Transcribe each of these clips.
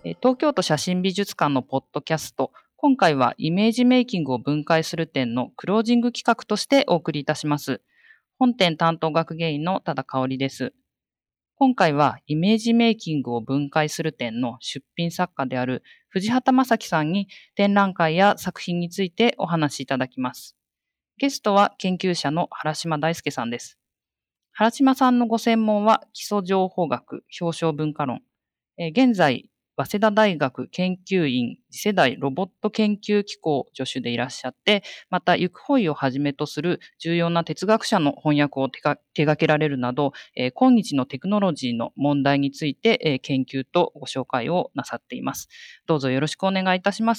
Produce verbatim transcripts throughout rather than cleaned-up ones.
えー東京都写真美術館のポッドキャスト、今回はイメージメイキングを分解する展のクロージング企画としてお送りいたします。本展担当学芸員の多田香織です。今回はイメージメイキングを分解する展の出品作家である藤畑正樹さんに展覧会や作品についてお話しいただきます。ゲストは研究者の原島大輔さんです。原島さんのご専門は基礎情報学、表彰文化論。えー現在、早稲田大学研究員次世代ロボット研究機構助手でいらっしゃって、また、ユクホイをはじめとする重要な哲学者の翻訳を手が手掛けられるなど、えー今日のテクノロジーの問題について、えー研究とご紹介をなさっています。どうぞよろしくお願いいたします。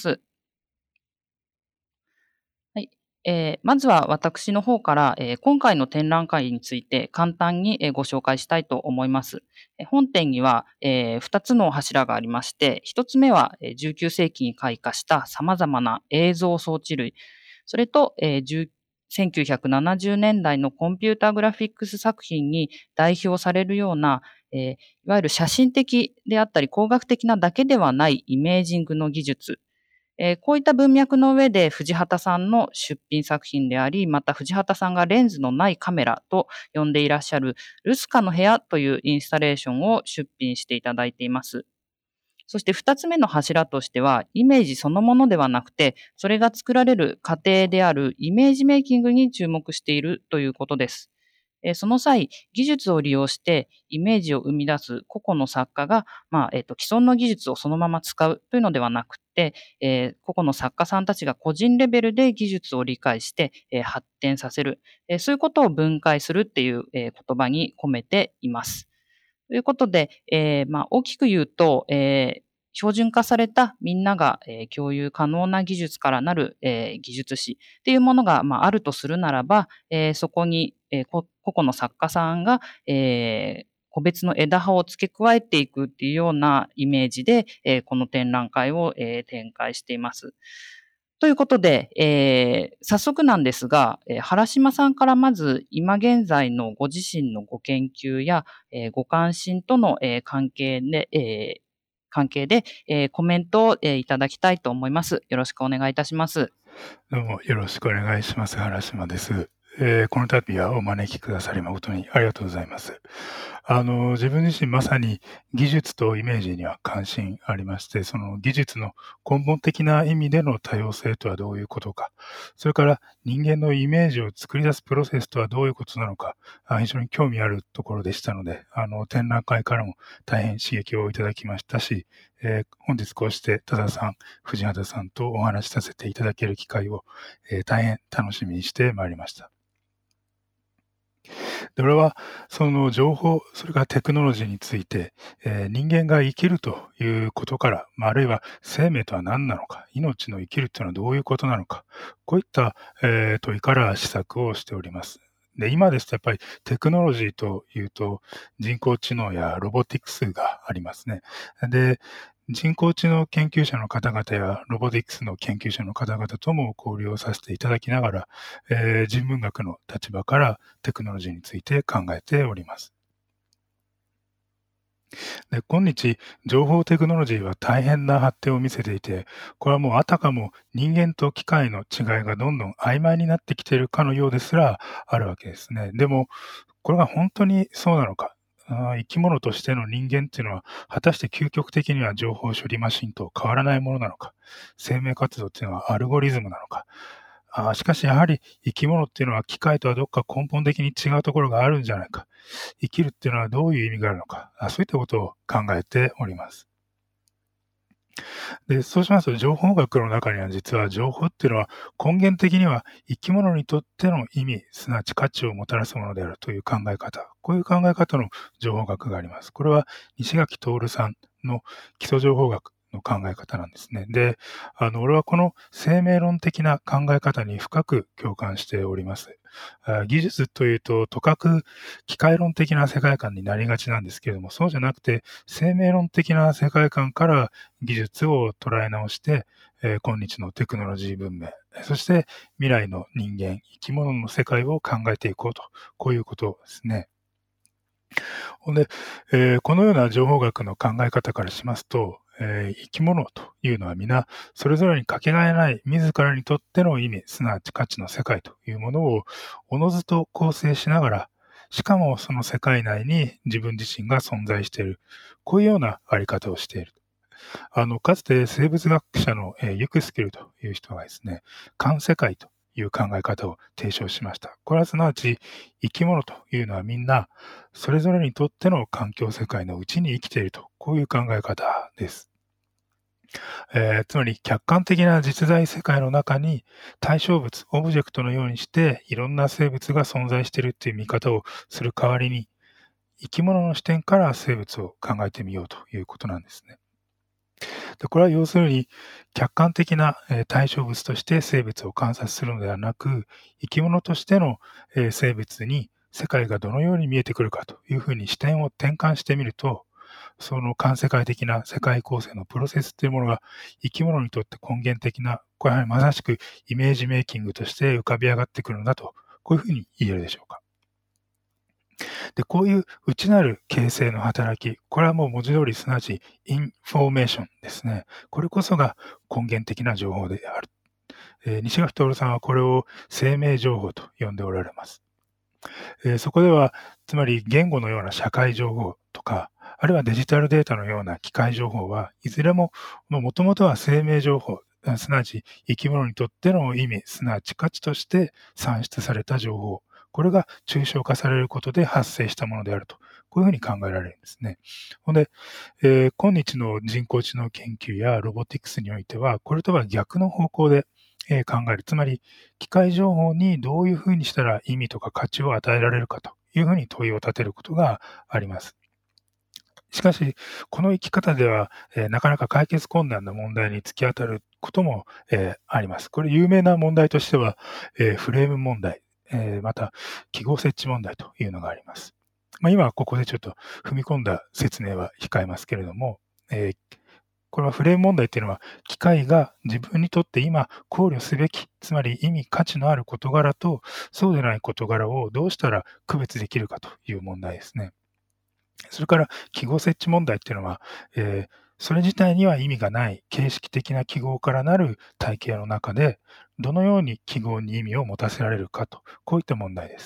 はい。えーまずは私の方から、えー今回の展覧会について簡単に、えーご紹介したいと思います。えー本展には、えふたつの柱がありまして、ひとつめは、えーじゅうきゅう世紀に開花した様々な映像装置類、それと、えー10 せんきゅうひゃくななじゅうねんだいのコンピュータグラフィックス作品に代表されるような、えーいわゆる写真的であったり工学的なだけではないイメージングの技術、えーこういった文脈の上で藤畑さんの出品作品であり、また藤畑さんがレンズのないカメラと呼んでいらっしゃるルスカの部屋というインスタレーションを出品していただいています。そして二つ目の柱としては、イメージそのものではなくて、それが作られる過程であるイメージメイキングに注目しているということです。えーその際、技術を利用してイメージを生み出す個々の作家が、まあ、えっと、既存の技術をそのまま使うというのではなくて、えー個々の作家さんたちが個人レベルで技術を理解して、えー発展させる、えーそういうことを分解するっていう、えー言葉に込めています。ということで、えーまあ、大きく言うと、えー標準化されたみんなが、えー共有可能な技術からなる、えー技術史っていうものが、まあ、あるとするならば、えーそこに、えーこ個々の作家さんが、えー個別の枝葉を付け加えていくっていうようなイメージで、えーこの展覧会を、えー展開しています。ということで、えー早速なんですが、えー原島さんからまず今現在のご自身のご研究や、えーご関心との、えー関係で、えー関係で、えーコメントを、えーいただきたいと思います。よろしくお願いいたします。 どうもよろしくお願いします。原島です。えーこの度はお招きくださり誠にありがとうございます。あの、自分自身まさに技術とイメージには関心ありまして、その技術の根本的な意味での多様性とはどういうことか、それから人間のイメージを作り出すプロセスとはどういうことなのか、あ非常に興味あるところでしたので、あの、展覧会からも大変刺激をいただきましたし、えー本日こうして多田さん、藤畑さんとお話しさせていただける機会を、えー大変楽しみにしてまいりました。でこれはその情報、それからテクノロジーについて、えー人間が生きるということから、まあ、あるいは生命とは何なのか、命の生きるというのはどういうことなのか、こういった、えー問いから施策をしております。で今ですとやっぱりテクノロジーというと人工知能やロボティクスがありますね。で、人工知能研究者の方々やロボティクスの研究者の方々とも交流をさせていただきながら、えー人文学の立場からテクノロジーについて考えております。で今日、情報テクノロジーは大変な発展を見せていて、これはもうあたかも人間と機械の違いがどんどん曖昧になってきているかのようですらあるわけですね。でも、これが本当にそうなのか。あー生き物としての人間っていうのは、果たして究極的には情報処理マシンと変わらないものなのか。生命活動っていうのはアルゴリズムなのか。あーしかしやはり生き物っていうのは機械とはどっか根本的に違うところがあるんじゃないか。生きるっていうのはどういう意味があるのか。あそういったことを考えております。で、そうしますと、情報学の中には実は情報っていうのは根源的には生き物にとっての意味、すなわち価値をもたらすものであるという考え方。こういう考え方の情報学があります。これは西垣徹さんの基礎情報学の考え方なんですね。で、あの、俺はこの生命論的な考え方に深く共感しております。あ技術というと、とかく機械論的な世界観になりがちなんですけれども、そうじゃなくて、生命論的な世界観から技術を捉え直して、えー今日のテクノロジー文明、そして未来の人間、生き物の世界を考えていこうと、こういうことですね。ほんで、えーこのような情報学の考え方からしますと、 えー生き物というのは皆、それぞれにかけがえない自らにとっての意味、すなわち価値の世界というものをおのずと構成しながら、しかもその世界内に自分自身が存在している。こういうようなあり方をしている。あの、かつて生物学者の、えーユクスキルという人がですね、環世界という考え方を提唱しました。これはすなわち生き物というのはみんなそれぞれにとっての環境世界のうちに生きていると、こういう考え方です。えーつまり客観的な実在世界の中に対象物、オブジェクトのようにしていろんな生物が存在しているという見方をする代わりに、生き物の視点から生物を考えてみようということなんですね。でこれは要するに客観的なえー対象物として生物を観察するのではなく、生き物としてのえー生物に世界がどのように見えてくるかというふうに視点を転換してみると、その環世界的な世界構成のプロセスというものが生き物にとって根源的な、これはまさしくイメージメイキングとして浮かび上がってくるんだと、こういうふうに言えるでしょうか。で、こういう内なる形成の働き、これはもう文字通りすなわちインフォーメーションですね。これこそが根源的な情報である。えー西垣徹さんはこれを生命情報と呼んでおられます。えーそこでは、つまり言語のような社会情報とか、あるいはデジタルデータのような機械情報はいずれももともとは生命情報、あすなわち生き物にとっての意味、すなわち価値として算出された情報、これが抽象化されることで発生したものであると、こういうふうに考えられるんですね。ほんで、えー今日の人工知能研究やロボティクスにおいては、これとは逆の方向で、えー考える。つまり、機械情報にどういうふうにしたら意味とか価値を与えられるかというふうに問いを立てることがあります。しかし、この生き方では、えーなかなか解決困難な問題に突き当たることも、えーあります。これ有名な問題としては、えーフレーム問題、えーまた記号設置問題というのがあります。まあ、今はここでちょっと踏み込んだ説明は控えますけれども、えーこれはフレーム問題っていうのは、機械が自分にとって今考慮すべき、つまり意味、価値のある事柄と、そうでない事柄をどうしたら区別できるかという問題ですね。それから記号設置問題っていうのは、えーそれ自体には意味がない形式的な記号からなる体系の中で、どのように記号に意味を持たせられるかと、こういった問題です。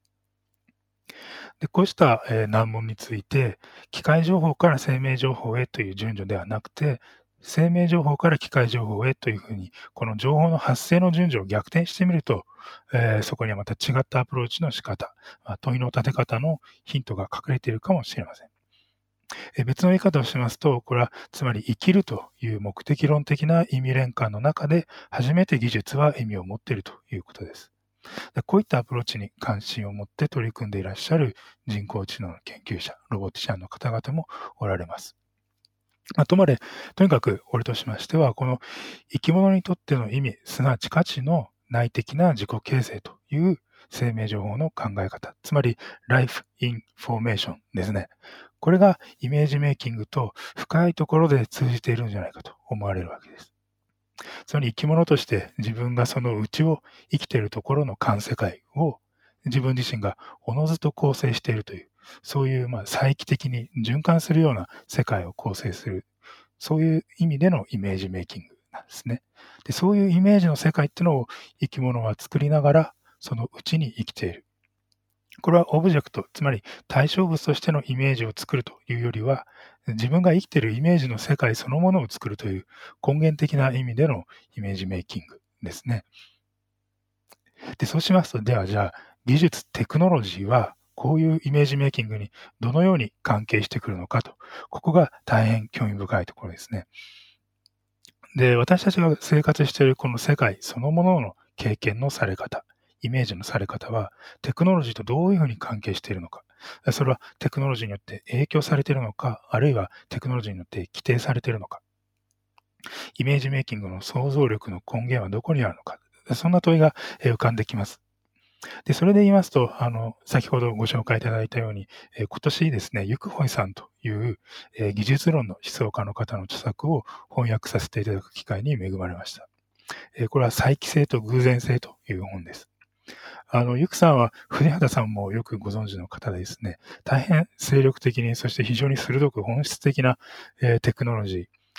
でこうした、えー難問について、機械情報から生命情報へという順序ではなくて、生命情報から機械情報へというふうに、この情報の発生の順序を逆転してみると、えーそこにはまた違ったアプローチの仕方、まあ問いの立て方のヒントが隠れているかもしれません。えー別の言い方をしますと、これはつまり生きるという目的論的な意味連関の中で、初めて技術は意味を持っているということです。でこういったアプローチに関心を持って取り組んでいらっしゃる人工知能の研究者、ロボティシャンの方々もおられます。まあ、とまで、とにかく俺としましては、この生き物にとっての意味、すなわち価値の内的な自己形成という生命情報の考え方、つまりライフインフォーメーションですね。これがイメージメイキングと深いところで通じているんじゃないかと思われるわけです。つまり生き物として自分がその内を生きているところの環世界を自分自身がおのずと構成しているという、そういうまあ再帰的に循環するような世界を構成する、そういう意味でのイメージメイキングなんですね。で、そういうイメージの世界っていうのを生き物は作りながら、その内に生きている。これはオブジェクト、つまり対象物としてのイメージを作るというよりは、自分が生きているイメージの世界そのものを作るという根源的な意味でのイメージメイキングですね。で、そうしますと、ではじゃあ、技術、テクノロジーは、こういうイメージメイキングにどのように関係してくるのかと、ここが大変興味深いところですね。で、私たちが生活しているこの世界そのものの経験のされ方、イメージのされ方は、テクノロジーとどういうふうに関係しているのか。それはテクノロジーによって影響されているのか、あるいはテクノロジーによって規定されているのか。イメージメイキングの想像力の根源はどこにあるのか。そんな問いがえー浮かんできます。で、それで言いますと、あの、先ほどご紹介いただいたように、えー今年ですね、ユクホイさんという、えー技術論の思想家の方の著作を翻訳させていただく機会に恵まれました。えーこれは再帰性と偶然性という本です。あの、ユクさんは、筆畑さんもよくご存知の方でですね、大変精力的に、そして非常に鋭く本質的な、えーテクノロジー、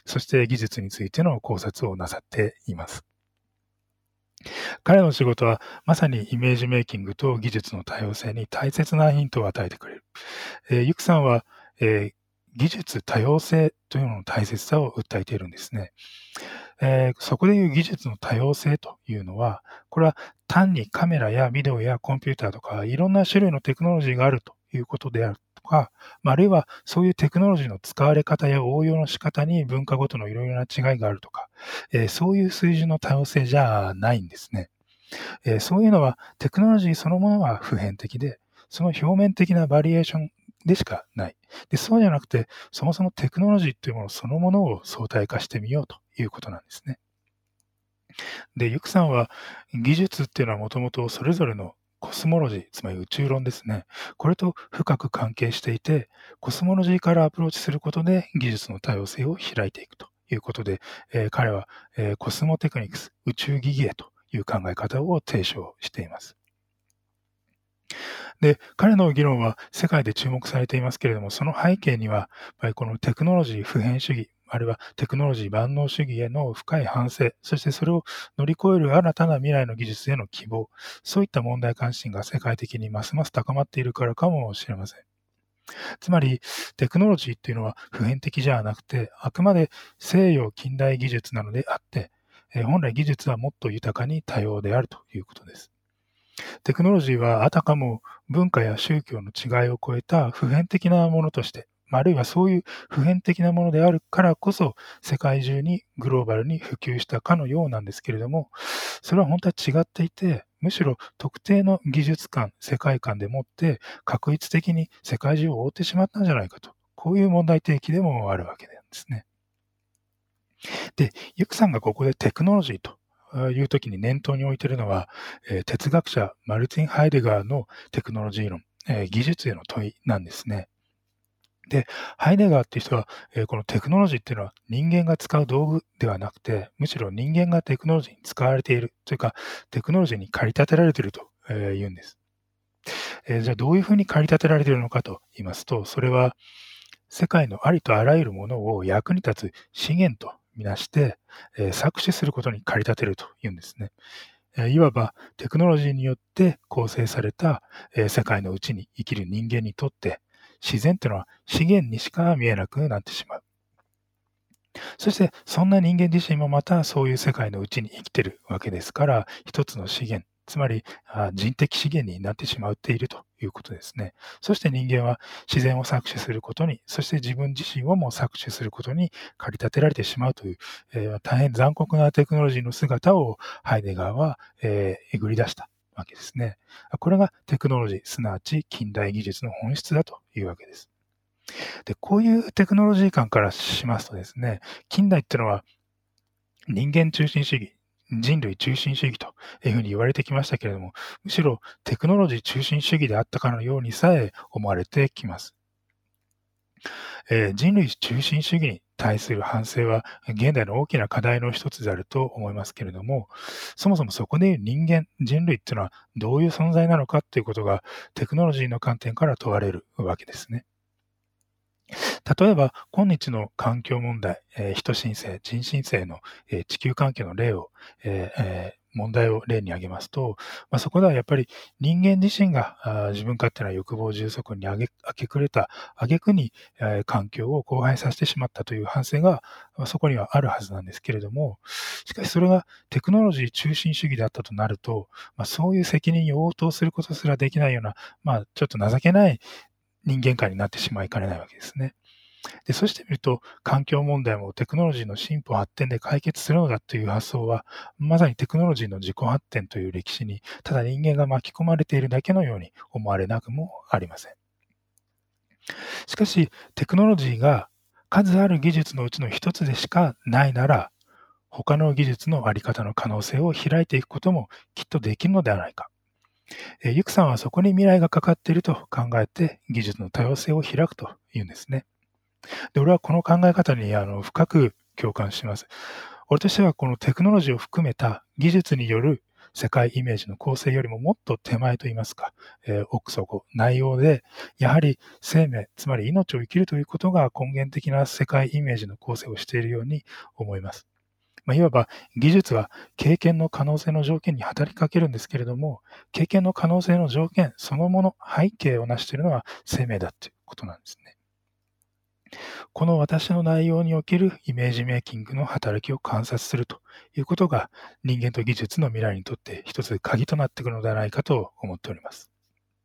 そして技術についての考察をなさっています。彼の仕事はまさにイメージメイキングと技術の多様性に大切なヒントを与えてくれる。えー、ユクさんは、えー、技術多様性というのの大切さを訴えているんですね。えー、そこでいう技術の多様性というのは、これは単にカメラやビデオやコンピューターとかいろんな種類のテクノロジーがあるということであるとか、あるいはそういうテクノロジーの使われ方や応用の仕方に文化ごとのいろいろな違いがあるとか、えー、そういう水準の多様性じゃないんですね。えー、そういうのはテクノロジーそのものは普遍的で、その表面的なバリエーションでしかない。で、そうじゃなくて、そもそもテクノロジーというものそのものを相対化してみようということなんですね。で、ユクさんは技術っていうのはもともとそれぞれのコスモロジー、つまり宇宙論ですね。これと深く関係していて、コスモロジーからアプローチすることで技術の多様性を開いていくということで、えー、彼は、えー、コスモテクニクス、宇宙技芸という考え方を提唱しています。で、彼の議論は世界で注目されていますけれども、その背景には、やっぱりこのテクノロジー普遍主義、あるいはテクノロジー万能主義への深い反省、そしてそれを乗り越える新たな未来の技術への希望、そういった問題関心が世界的にますます高まっているからかもしれません。つまり、テクノロジーっていうのは普遍的じゃなくて、あくまで西洋近代技術なのであって、本来技術はもっと豊かに多様であるということです。テクノロジーはあたかも文化や宗教の違いを超えた普遍的なものとして、あるいはそういう普遍的なものであるからこそ世界中にグローバルに普及したかのようなんですけれども、それは本当は違っていて、むしろ特定の技術観、世界観でもって確一的に世界中を覆ってしまったんじゃないかと、こういう問題提起でもあるわけなんですね。で、ユクさんがここでテクノロジーというときに念頭に置いているのは、えー、哲学者マルティン・ハイデガーのテクノロジー論、えー、技術への問いなんですね。で、ハイデガーっていう人は、えー、このテクノロジーっていうのは人間が使う道具ではなくて、むしろ人間がテクノロジーに使われているというか、テクノロジーに駆り立てられていると、えー、言うんです。えー、じゃあどういうふうに駆り立てられているのかと言いますと、それは世界のありとあらゆるものを役に立つ資源とみなして、えー、搾取することに駆り立てるというんですね。えー、いわばテクノロジーによって構成された、えー、世界のうちに生きる人間にとって自然というのは資源にしか見えなくなってしまう。そしてそんな人間自身もまたそういう世界のうちに生きているわけですから、一つの資源、つまり人的資源になってしまっているということですね。そして人間は自然を搾取することに、そして自分自身をも搾取することに駆り立てられてしまうという、えー、大変残酷なテクノロジーの姿をハイデガーは、えー、えぐり出したわけですね。これがテクノロジー、すなわち近代技術の本質だというわけです。で、こういうテクノロジー観からしますとですね、近代っていうのは人間中心主義、人類中心主義というふうに言われてきましたけれども、むしろテクノロジー中心主義であったかのようにさえ思われてきます。えー、人類中心主義に対する反省は現代の大きな課題の一つであると思いますけれども、そもそもそこで人間、人類っていうのはどういう存在なのかということがテクノロジーの観点から問われるわけですね。例えば、今日の環境問題、えー、人申請、人申請の、えー、地球環境の例を、えーえー問題を例に挙げますと、まあ、そこではやっぱり人間自身があ自分勝手な欲望充足にあげ明け暮れた挙句に、えー、環境を荒廃させてしまったという反省が、まあ、そこにはあるはずなんですけれども、しかしそれがテクノロジー中心主義であったとなると、まあ、そういう責任に応答することすらできないような、まあ、ちょっと情けない人間界になってしまいかねないわけですね。で、そうしてみると、環境問題もテクノロジーの進歩発展で解決するのだという発想は、まさにテクノロジーの自己発展という歴史に、ただ人間が巻き込まれているだけのように思われなくもありません。しかし、テクノロジーが数ある技術のうちの一つでしかないなら、他の技術のあり方の可能性を開いていくこともきっとできるのではないか。えユクさんはそこに未来がかかっていると考えて、技術の多様性を開くというんですね。で、俺はこの考え方にあの深く共感します。俺としてはこのテクノロジーを含めた技術による世界イメージの構成よりももっと手前といいますか、えー奥底、内容で、やはり生命、つまり命を生きるということが根源的な世界イメージの構成をしているように思います。まあ、いわば技術は経験の可能性の条件に働きかけるんですけれども、経験の可能性の条件そのもの、背景を成しているのは生命だということなんですね。この私の内容におけるイメージメイキングの働きを観察するということが人間と技術の未来にとって一つ鍵となってくるのではないかと思っております。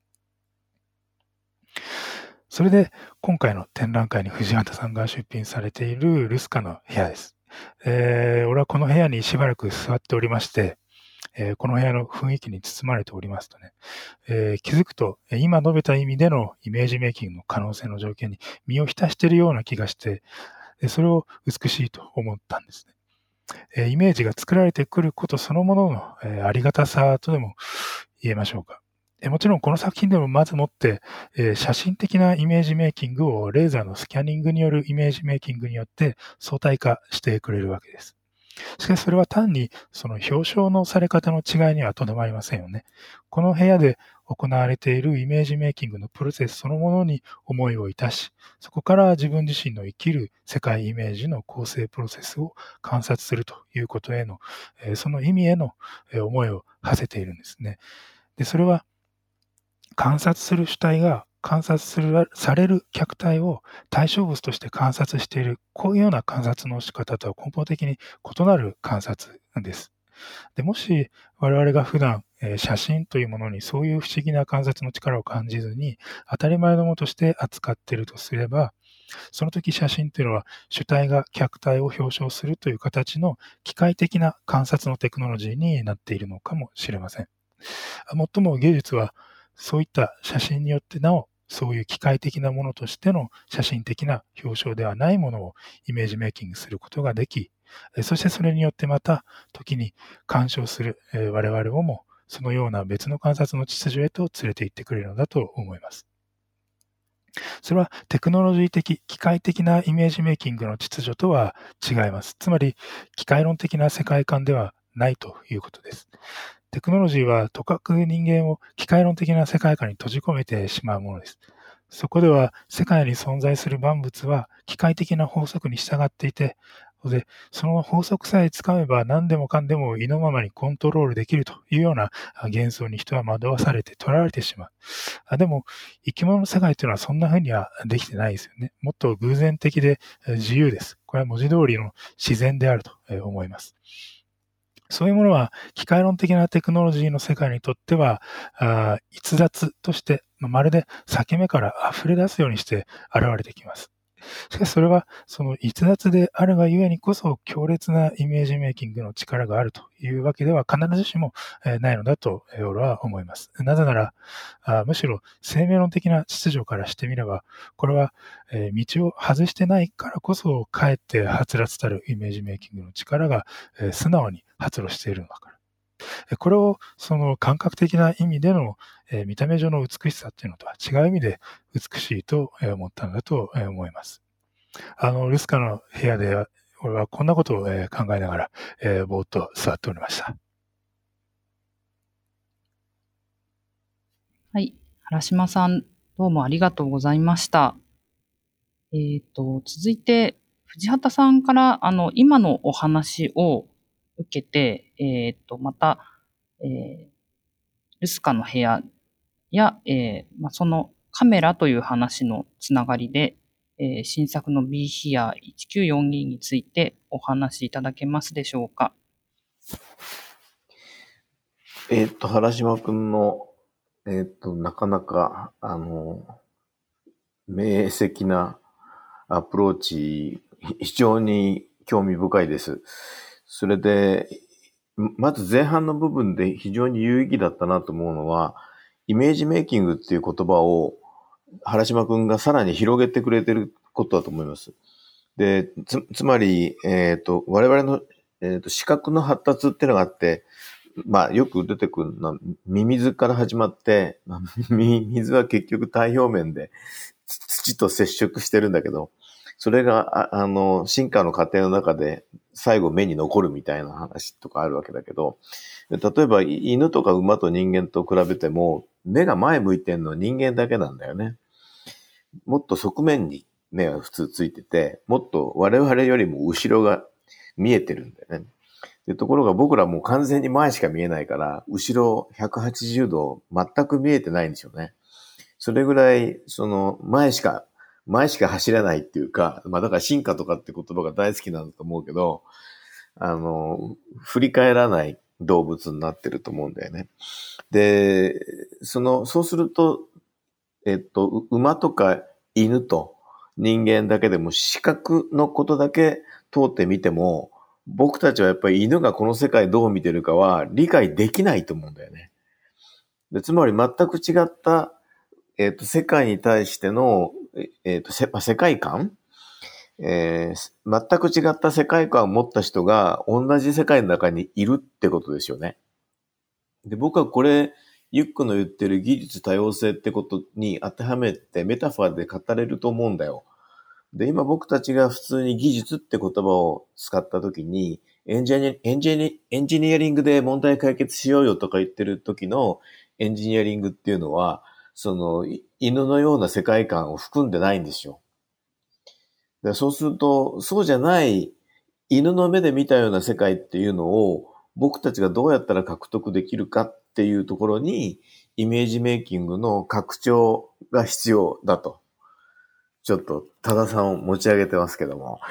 それで今回の展覧会に藤畑さんが出品されているルスカの部屋です。えー、俺はこの部屋にしばらく座っておりまして、えー、この部屋の雰囲気に包まれておりますとね、えー、気づくと今述べた意味でのイメージメイキングの可能性の条件に身を浸しているような気がして、それを美しいと思ったんですね。イメージが作られてくることそのもののありがたさとでも言えましょうか。もちろんこの作品でもまずもって写真的なイメージメイキングをレーザーのスキャニングによるイメージメイキングによって相対化してくれるわけです。しかしそれは単にその表彰のされ方の違いにはとどまりませんよね。この部屋で行われているイメージメイキングのプロセスそのものに思いをいたし、そこから自分自身の生きる世界イメージの構成プロセスを観察するということへの、その意味への思いを馳せているんですね。で、それは観察する主体が観察するされる客体を対象物として観察している、こういうような観察の仕方とは根本的に異なる観察です。でもし我々が普段、えー、写真というものにそういう不思議な観察の力を感じずに当たり前のものとして扱っているとすれば、その時写真というのは主体が客体を表彰するという形の機械的な観察のテクノロジーになっているのかもしれません。もっとも芸術はそういった写真によってなおそういう機械的なものとしての写真的な表彰ではないものをイメージメイキングすることができ、そしてそれによってまた時に鑑賞する我々をもそのような別の観察の秩序へと連れて行ってくれるのだと思います。それはテクノロジー的、機械的なイメージメイキングの秩序とは違います。つまり機械論的な世界観ではないということです。テクノロジーはとかく人間を機械論的な世界観に閉じ込めてしまうものです。そこでは世界に存在する万物は機械的な法則に従っていて、でその法則さえつかめば何でもかんでも意のままにコントロールできるというような幻想に人は惑わされて捉られてしまう。でも生き物の世界というのはそんな風にはできてないですよね。もっと偶然的で自由です。これは文字通りの自然であると思います。そういうものは機械論的なテクノロジーの世界にとってはあ逸脱としてまるで裂け目から溢れ出すようにして現れてきます。しかしそれはその逸脱であるがゆえにこそ強烈なイメージメイキングの力があるというわけでは必ずしもないのだと俺は思います。なぜならあむしろ生命論的な秩序からしてみればこれは道を外してないからこそかえってはつらつたるイメージメイキングの力が素直に発露しているのだから。これをその感覚的な意味での見た目上の美しさっていうのとは違う意味で美しいと思ったのだと思います。あの、ルスカの部屋で俺はこんなことを考えながらぼーっと座っておりました。 はい。原島さん、どうもありがとうございました。えっと、続いて、藤畑さんから、あの、今のお話を受けて、えっと、また、えー、ルスカの部屋や、えーまあ、そのカメラという話のつながりで、えー、新作の Be Here いちきゅうよんにについてお話しいただけますでしょうか。 えっと、原島くんの、えっと、なかなか、あの、明晰なアプローチ、非常に興味深いです。それで、まず前半の部分で非常に有意義だったなと思うのは、イメージメイキングっていう言葉を原島くんがさらに広げてくれてることだと思います。で、つ、つまり、えっと、我々の、えっと、視覚の発達っていうのがあって、まあ、よく出てくるのは、ミミズから始まって、まあ、ミミズは結局体表面で土と接触してるんだけど、 それが、あ、あの、進化の過程の中で最後目に残るみたいな話とかあるわけだけど、例えば犬とか馬と人間と比べても、目が前向いてんの人間だけなんだよね。もっと側面に目が普通ついてて、もっと我々よりも後ろが見えてるんだよね。でところが僕らもう完全に前しか見えないから、後ろひゃくはちじゅうど全く見えてないんですよね。それぐらい、その前しか、前しか走れないっていうか、まあだから進化とかって言葉が大好きなんだと思うけど、あの、振り返らない動物になってると思うんだよね。で、その、そうすると、えっと、馬とか犬と人間だけでも視覚のことだけ通ってみても、僕たちはやっぱり犬がこの世界どう見てるかは理解できないと思うんだよね。でつまり全く違った、えっと、世界に対しての、えっと、せ世界観、えー、全く違った世界観を持った人が同じ世界の中にいるってことですよね。で、僕はこれ、ユックの言ってる技術多様性ってことに当てはめてメタファーで語れると思うんだよ。で、今僕たちが普通に技術って言葉を使ったときに、エンジニア、エンジニア、エンジニアリングで問題解決しようよとか言ってる時のエンジニアリングっていうのは、その犬のような世界観を含んでないんですよ。でそうすると、そうじゃない犬の目で見たような世界っていうのを僕たちがどうやったら獲得できるかっていうところにイメージメイキングの拡張が必要だと。ちょっと多田さんを持ち上げてますけども。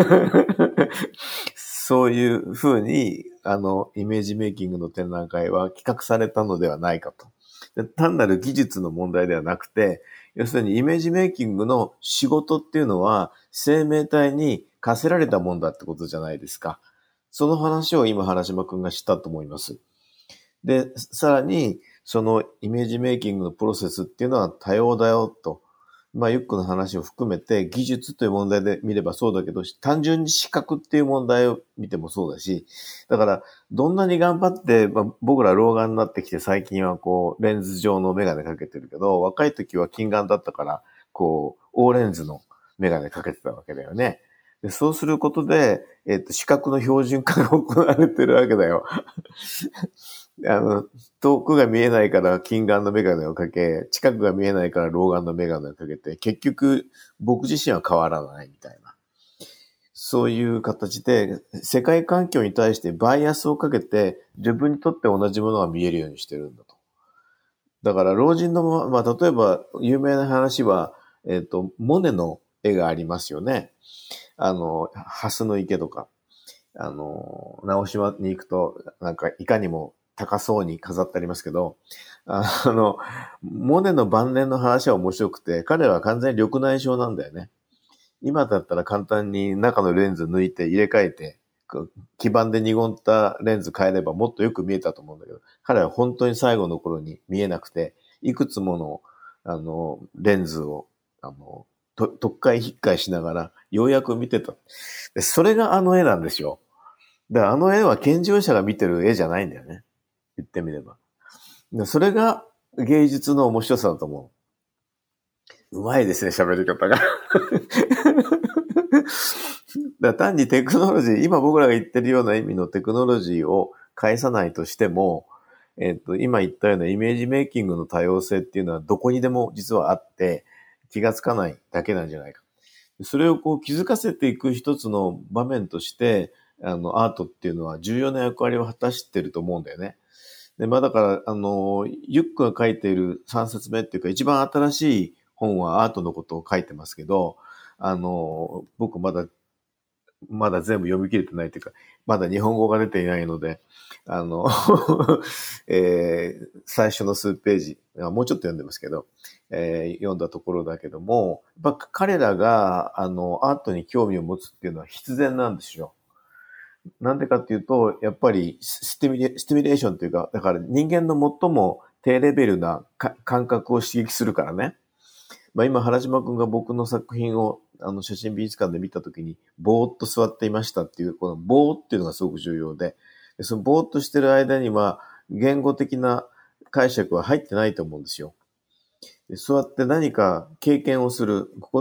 そういうふうに、あの、イメージメイキングの展覧会は企画されたのではないかと。で単なる技術の問題ではなくて、要するにイメージメイキングの仕事っていうのは生命体に課せられたもんだってことじゃないですか。その話を今原島くんが知ったと思います。で、さらにそのイメージメイキングのプロセスっていうのは多様だよと。まあ、ユックの話を含めて技術という問題で見ればそうだけど、単純に視覚っていう問題を見てもそうだし、だからどんなに頑張って、まあ、僕ら老眼になってきて最近はこうレンズ状のメガネかけてるけど、若い時は近眼だったからこう大レンズのメガネかけてたわけだよね。でそうすることで、えっと、視覚の標準化が行われてるわけだよ。あの、遠くが見えないから近眼のメガネをかけ、近くが見えないから老眼のメガネをかけて、結局僕自身は変わらないみたいな。そういう形で世界環境に対してバイアスをかけて自分にとって同じものが見えるようにしてるんだと。だから老人の、まあ、例えば有名な話は、えっと、モネの絵がありますよね。あの、蓮の池とか。あの、直島に行くと、なんかいかにも高そうに飾ってありますけど、あの、モネの晩年の話は面白くて、彼は完全に緑内障なんだよね。今だったら簡単に中のレンズ抜いて入れ替えて、基板で濁ったレンズ変えればもっとよく見えたと思うんだけど、彼は本当に最後の頃に見えなくて、いくつもの、あの、レンズを、あの、と特回引っかえしながら、ようやく見てた。でそれがあの絵なんですよ。だからあの絵は健常者が見てる絵じゃないんだよね。言ってみれば。でそれが芸術の面白さだと思う。うまいですね、喋り方が。だから単にテクノロジー、今僕らが言ってるような意味のテクノロジーを返さないとしても、えっと、今言ったようなイメージメイキングの多様性っていうのはどこにでも実はあって気がつかないだけなんじゃないか。それをこう気づかせていく一つの場面として、あの、アートっていうのは重要な役割を果たしてると思うんだよね。で、まあだから、あの、ユックが書いているさんさつめっていうか一番新しい本はアートのことを書いてますけど、あの、僕まだ、まだ全部読み切れてないというか、まだ日本語が出ていないので、あの、えー、最初の数ページ、もうちょっと読んでますけど、えー、読んだところだけども、やっぱ彼らが、あの、アートに興味を持つっていうのは必然なんですよ。なんでかっていうと、やっぱりスティミュレ、スティミュレーションというか、だから人間の最も低レベルな感覚を刺激するからね。まあ今原島くんが僕の作品をあの写真美術館で見たときに、ぼーっと座っていましたっていう、このぼーっていうのがすごく重要で、でそのぼーっとしてる間には言語的な解釈は入ってないと思うんですよ。で座って何か経験をする。ここで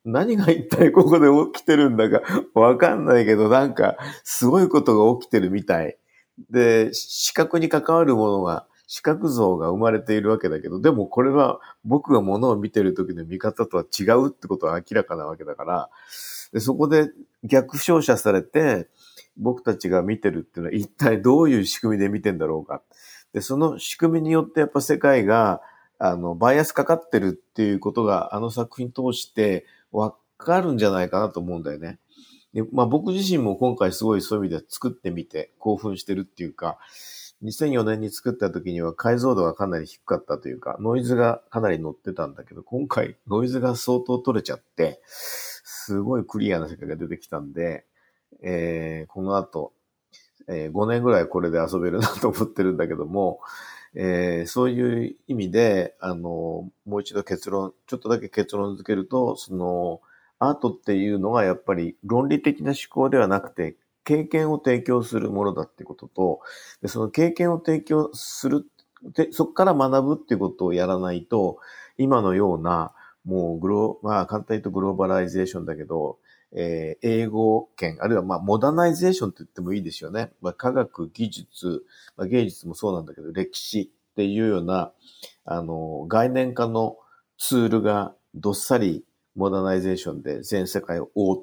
何が一体ここで起きてるんだかわかんないけど、なんかすごいことが起きてるみたい。で、視覚に関わるものが、視覚像が生まれているわけだけど、でもこれは僕が物を見てる時の見方とは違うってことは明らかなわけだから、でそこで逆照射されて、僕たちが見てるっていうのは一体どういう仕組みで見てんだろうか。で、その仕組みによってやっぱ世界が、あの、バイアスかかってるっていうことがあの作品通してわかるんじゃないかなと思うんだよね。で、まあ僕自身も今回すごいそういう意味で作ってみて興奮してるっていうか、にせんよねんに作った時には解像度がかなり低かったというか、ノイズがかなり乗ってたんだけど、今回ノイズが相当取れちゃって、すごいクリアな世界が出てきたんで、えー、この後、えー、ごねんぐらいこれで遊べるなと思ってるんだけども、えー、そういう意味で、あの、もう一度結論、ちょっとだけ結論付けると、その、アートっていうのがやっぱり論理的な思考ではなくて、経験を提供するものだってことと、でその経験を提供する、でそこから学ぶっていうことをやらないと、今のような、もうグロー、まあ簡単に言うとグローバライゼーションだけど、えー、英語圏、あるいはまあモダナイゼーションって言ってもいいですよね。まあ、科学、技術、まあ、芸術もそうなんだけど、歴史っていうような、あの、概念化のツールがどっさりモダナイゼーションで全世界を覆って、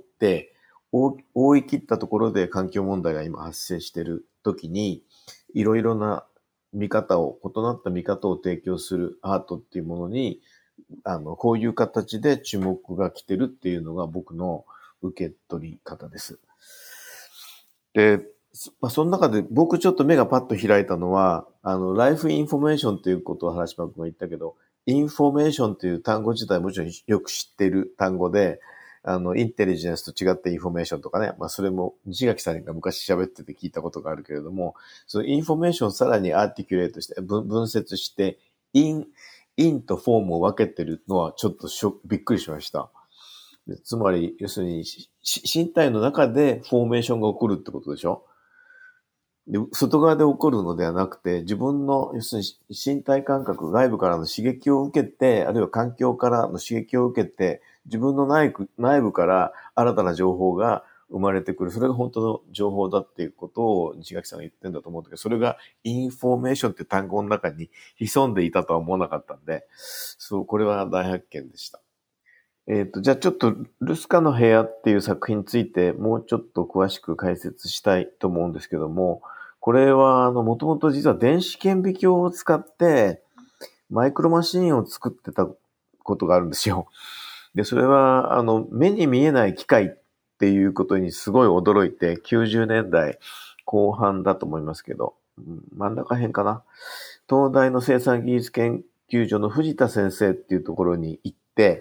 覆い切ったところで環境問題が今発生しているときに、いろいろな見方を、異なった見方を提供するアートっていうものに、あの、こういう形で注目が来てるっていうのが僕の受け取り方です。で、まあ、その中で僕ちょっと目がパッと開いたのは、あの、ライフインフォメーションということを原島君が言ったけど、インフォメーションという単語自体もちろんよく知っている単語で、あの、インテリジェンスと違ってインフォメーションとかね、まあそれも西垣さんが昔喋ってて聞いたことがあるけれども、そのインフォメーションをさらにアーティキュレートして、分分節して、イン、インとフォームを分けてるのはちょっとショびっくりしました。つまり、要するに、身体の中でフォーメーションが起こるってことでしょ？で、外側で起こるのではなくて、自分の、要するに身体感覚、外部からの刺激を受けて、あるいは環境からの刺激を受けて、自分の内部、内部から新たな情報が生まれてくる。それが本当の情報だっていうことを西垣さんが言ってんだと思うんだけど、それがインフォメーションって単語の中に潜んでいたとは思わなかったんで、そう、これは大発見でした。えっと、じゃあちょっと、ルスカの部屋っていう作品についてもうちょっと詳しく解説したいと思うんですけども、これは、あの、もともと実は電子顕微鏡を使って、マイクロマシンを作ってたことがあるんですよ。で、それは、あの、目に見えない機械っていうことにすごい驚いて、きゅうじゅうねんだいこう半だと思いますけど、真ん中辺かな。東大の生産技術研究所の藤田先生っていうところに行って、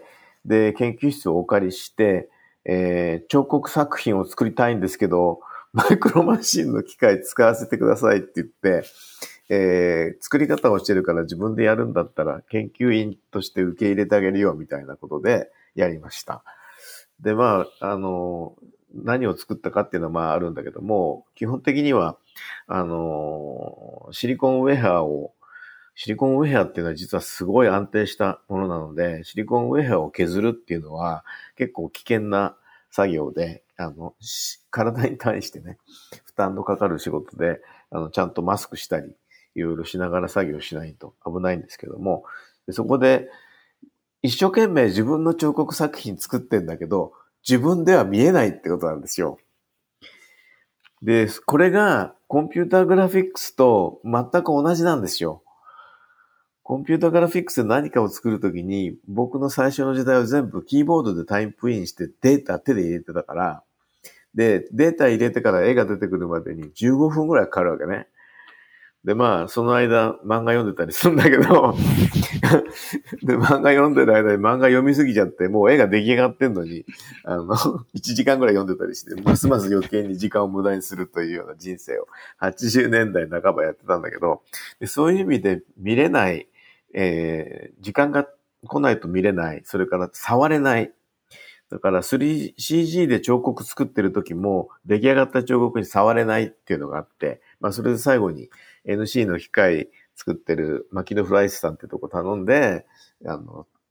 で、研究室をお借りして、えー、彫刻作品を作りたいんですけど、マイクロマシンの機械使わせてくださいって言って、えー、作り方をしてるから自分でやるんだったら研究員として受け入れてあげるよみたいなことでやりました。で、まあ、あの、何を作ったかっていうのはまああるんだけども、基本的には、あの、シリコンウェアをシリコンウェアっていうのは実はすごい安定したものなので、シリコンウェアを削るっていうのは結構危険な作業で、あの、体に対してね、負担のかかる仕事で、あの、ちゃんとマスクしたり、いろいろしながら作業しないと危ないんですけども、でそこで一生懸命自分の彫刻作品作ってんだけど、自分では見えないってことなんですよ。で、これがコンピューターグラフィックスと全く同じなんですよ。コンピューターグラフィックスで何かを作るときに、僕の最初の時代は全部キーボードでタイプインしてデータ手で入れてたから、で、データ入れてから絵が出てくるまでにじゅうごふんぐらいかかるわけね。で、まあ、その間漫画読んでたりするんだけど、で、漫画読んでる間に漫画読みすぎちゃって、もう絵が出来上がってんのに、あの、いちじかんぐらい読んでたりして、ますます余計に時間を無駄にするというような人生をはちじゅうねんだいなかばやってたんだけど、でそういう意味で見れない、えー、時間が来ないと見れない、それから触れない。だから スリーシージー で彫刻作ってる時も出来上がった彫刻に触れないっていうのがあって、まあそれで最後に エヌシー の機械作ってる牧野フライスさんってとこ頼んで、あの、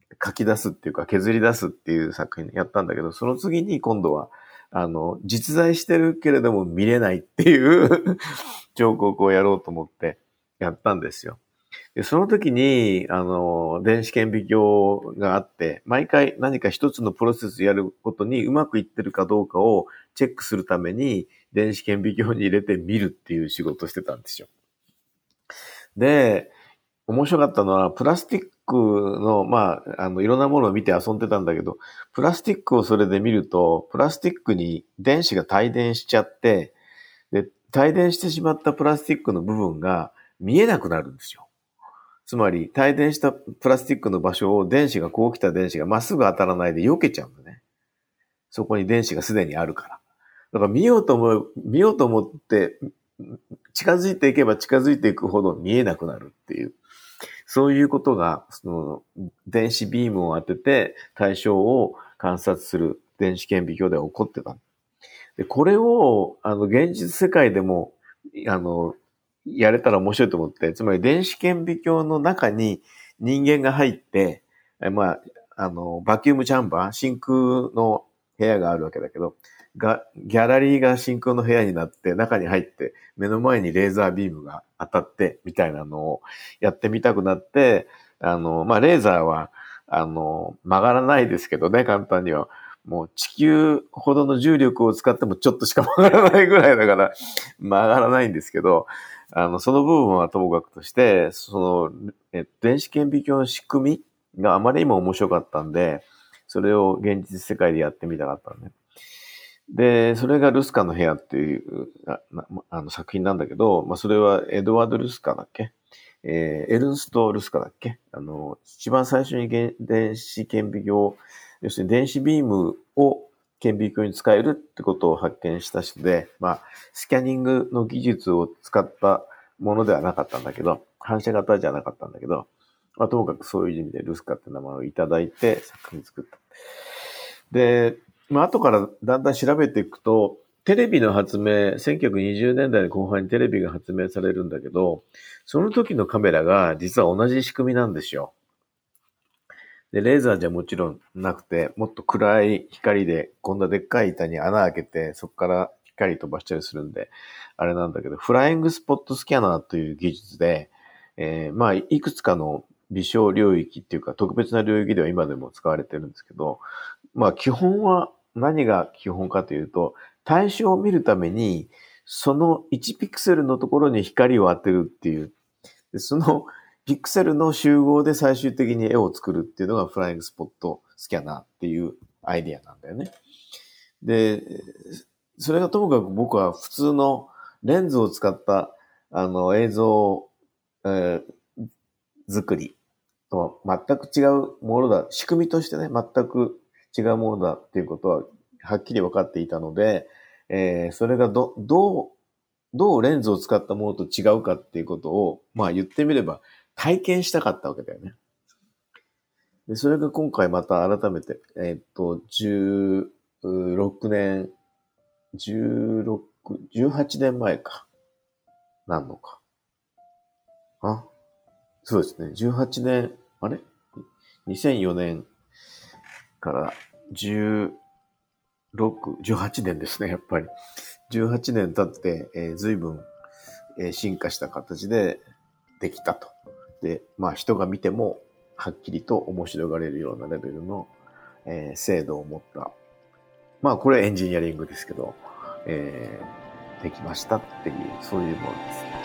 書き出すっていうか削り出すっていう作品やったんだけど、その次に今度は、あの、実在してるけれども見れないっていう彫刻をやろうと思ってやったんですよ。で、その時に、あの、電子顕微鏡があって、毎回何か一つのプロセスやることにうまくいってるかどうかをチェックするために、電子顕微鏡に入れて見るっていう仕事をしてたんですよ。で、面白かったのは、プラスチックの、まあ、あの、いろんなものを見て遊んでたんだけど、プラスチックをそれで見ると、プラスチックに電子が帯電しちゃって、で、帯電してしまったプラスチックの部分が見えなくなるんですよ。つまり、帯電したプラスチックの場所を電子が、こう来た電子がまっすぐ当たらないで避けちゃうんだね。そこに電子がすでにあるから。だから見ようと思う、見ようと思って、近づいていけば近づいていくほど見えなくなるっていう。そういうことが、その、電子ビームを当てて対象を観察する電子顕微鏡では起こってた。で、これを、あの、現実世界でも、あの、やれたら面白いと思って、つまり電子顕微鏡の中に人間が入って、まあ、あの、バキュームチャンバー、真空の部屋があるわけだけど、が、ギャラリーが真空の部屋になって、中に入って、目の前にレーザービームが当たって、みたいなのをやってみたくなって、あの、まあ、レーザーは、あの、曲がらないですけどね、簡単には。もう地球ほどの重力を使ってもちょっとしか曲がらないぐらいだから、曲がらないんですけど、あの、その部分はともかくとして、その、え電子顕微鏡の仕組みがあまりにも面白かったんで、それを現実世界でやってみたかったんで。で、それがルスカの部屋っていうああの作品なんだけど、まあ、それはエドワード・ルスカだっけ、えー、エルンスト・ルスカだっけ、あの、一番最初に電子顕微鏡、要するに電子ビームを顕微鏡に使えるってことを発見した人で、まあ、スキャニングの技術を使ったものではなかったんだけど、反射型じゃなかったんだけど、まあ、ともかくそういう意味でルスカって名前をいただいて作品作った。で、まあ、後からだんだん調べていくと、テレビの発明、せんきゅうひゃくにじゅうねんだいの後半にテレビが発明されるんだけど、その時のカメラが実は同じ仕組みなんですよ。で、レーザーじゃもちろんなくて、もっと暗い光で、こんなでっかい板に穴開けて、そこから光飛ばしたりするんで、あれなんだけど、フライングスポットスキャナーという技術で、えー、まあ、いくつかの微小領域っていうか、特別な領域では今でも使われてるんですけど、まあ、基本は何が基本かというと、対象を見るために、そのいちピクセルのところに光を当てるっていう、でそのピクセルの集合で最終的に絵を作るっていうのがフライングスポットスキャナーっていうアイディアなんだよね。で、それがともかく僕は普通のレンズを使ったあの映像、えー、作りとは全く違うものだ。仕組みとしてね、全く違うものだっていうことははっきり分かっていたので、えー、それがど、どう、どうレンズを使ったものと違うかっていうことを、まあ言ってみれば体験したかったわけだよね。で、それが今回また改めて、えー、っと、じゅうろくねん、じゅうろく、じゅうはちねんまえか。なんのか。あ、そうですね。じゅうはちねん、あれ ?にせんよねんからじゅうろく、じゅうはちねんですね、やっぱり。じゅうはちねん経って、えー、随分、えー、進化した形でできたと。で、まあ人が見てもはっきりと面白がれるようなレベルの、えー、精度を持った。まあこれエンジニアリングですけど、えー、できましたっていう、そういうものです。